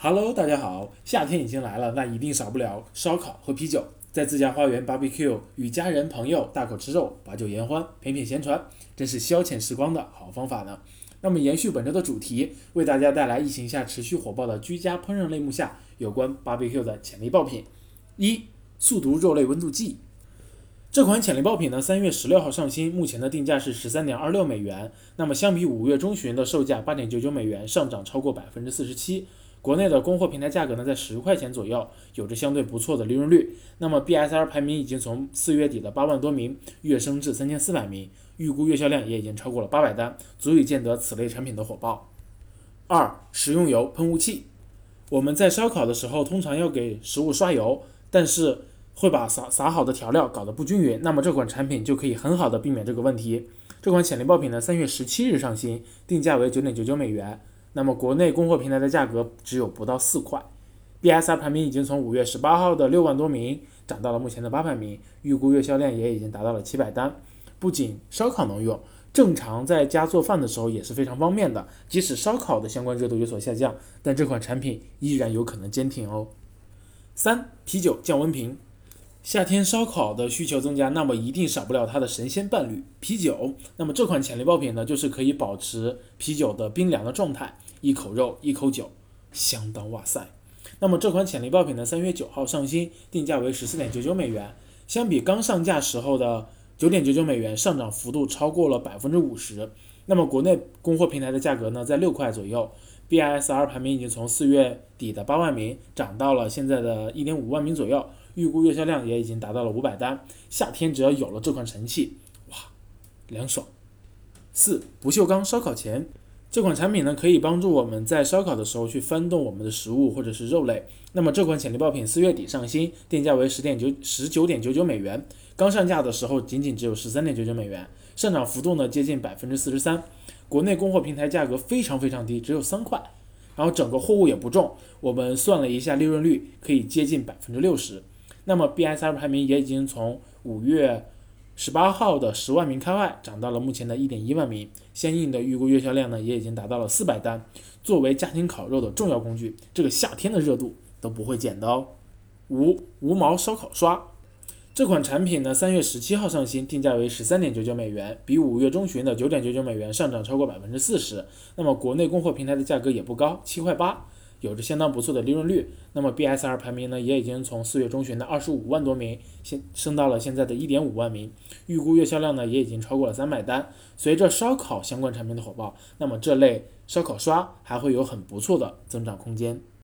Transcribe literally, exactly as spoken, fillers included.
Hello，大家好，夏天已经来了，那一定少不了烧烤和啤酒。在自家花园 barbecue，与家人朋友大口吃肉，把酒言欢，品品闲传，真是消遣时光的好方法呢。那么延续本周的主题，为大家带来疫情下持续火爆的居家烹饪类目下有关 barbecue 的潜力爆品。一、速读肉类温度计。这款潜力爆品呢，三月十六号上新，目前的定价是十三点二六美元。那么相比五月中旬的售价八点九九美元，上涨超过百分之四十七。国内的供货平台价格呢在十块钱左右，有着相对不错的利润率。那么 B S R 排名已经从四月底的八万多名跃升至三千四百名，预估月销量也已经超过了八百单，足以见得此类产品的火爆。二、食用油喷雾器。我们在烧烤的时候通常要给食物刷油，但是会把撒撒好的调料搞得不均匀，那么这款产品就可以很好的避免这个问题。这款潜力爆品呢，三月十七日上新，定价为九点九九美元。那么国内供货平台的价格只有不到四块。B S R 排名已经从五月十八号的六万多名涨到了目前的八百名，预估月销量也已经达到了七百单。不仅烧烤能用，正常在家做饭的时候也是非常方便的。即使烧烤的相关热度有所下降，但这款产品依然有可能坚挺哦。三、啤酒降温瓶。夏天烧烤的需求增加，那么一定少不了它的神仙伴侣啤酒。那么这款潜力爆品呢，就是可以保持啤酒的冰凉的状态，一口肉一口酒，相当哇塞。那么这款潜力爆品呢，三月九号上新，定价为十四点九九美元，相比刚上架时候的九点九九美元，上涨幅度超过了百分之五十。那么国内供货平台的价格呢，在六块左右。B S R 排名已经从四月底的八万名涨到了现在的一点五万名左右，预估月销量也已经达到了五百单。夏天只要有了这款神器，哇，凉爽。四、不锈钢烧烤钳。这款产品呢，可以帮助我们在烧烤的时候去翻动我们的食物或者是肉类。那么这款潜力爆品四月底上新，定价为十点九十九点九九美元，刚上架的时候仅仅只有十三点九九美元，上涨幅度呢接近百分之四十三。国内供货平台价格非常非常低，只有三块，然后整个货物也不重，我们算了一下利润率可以接近百分之六十。那么 B S R 排名也已经从五月十八号的十万名开外涨到了目前的一点一万名，相应的预估月销量呢也已经达到了四百单。作为家庭烤肉的重要工具，这个夏天的热度都不会减的哦。五、无毛烧烤刷。这款产品呢，三月十七号上新，定价为十三点九九美元，比五月中旬的九点九九美元上涨超过百分之四十。那么国内供货平台的价格也不高，七块八，有着相当不错的利润率。那么 B S R 排名呢，也已经从四月中旬的二十五万多名，现升到了现在的一点五万名，预估月销量呢也已经超过了三百单。随着烧烤相关产品的火爆，那么这类烧烤刷还会有很不错的增长空间。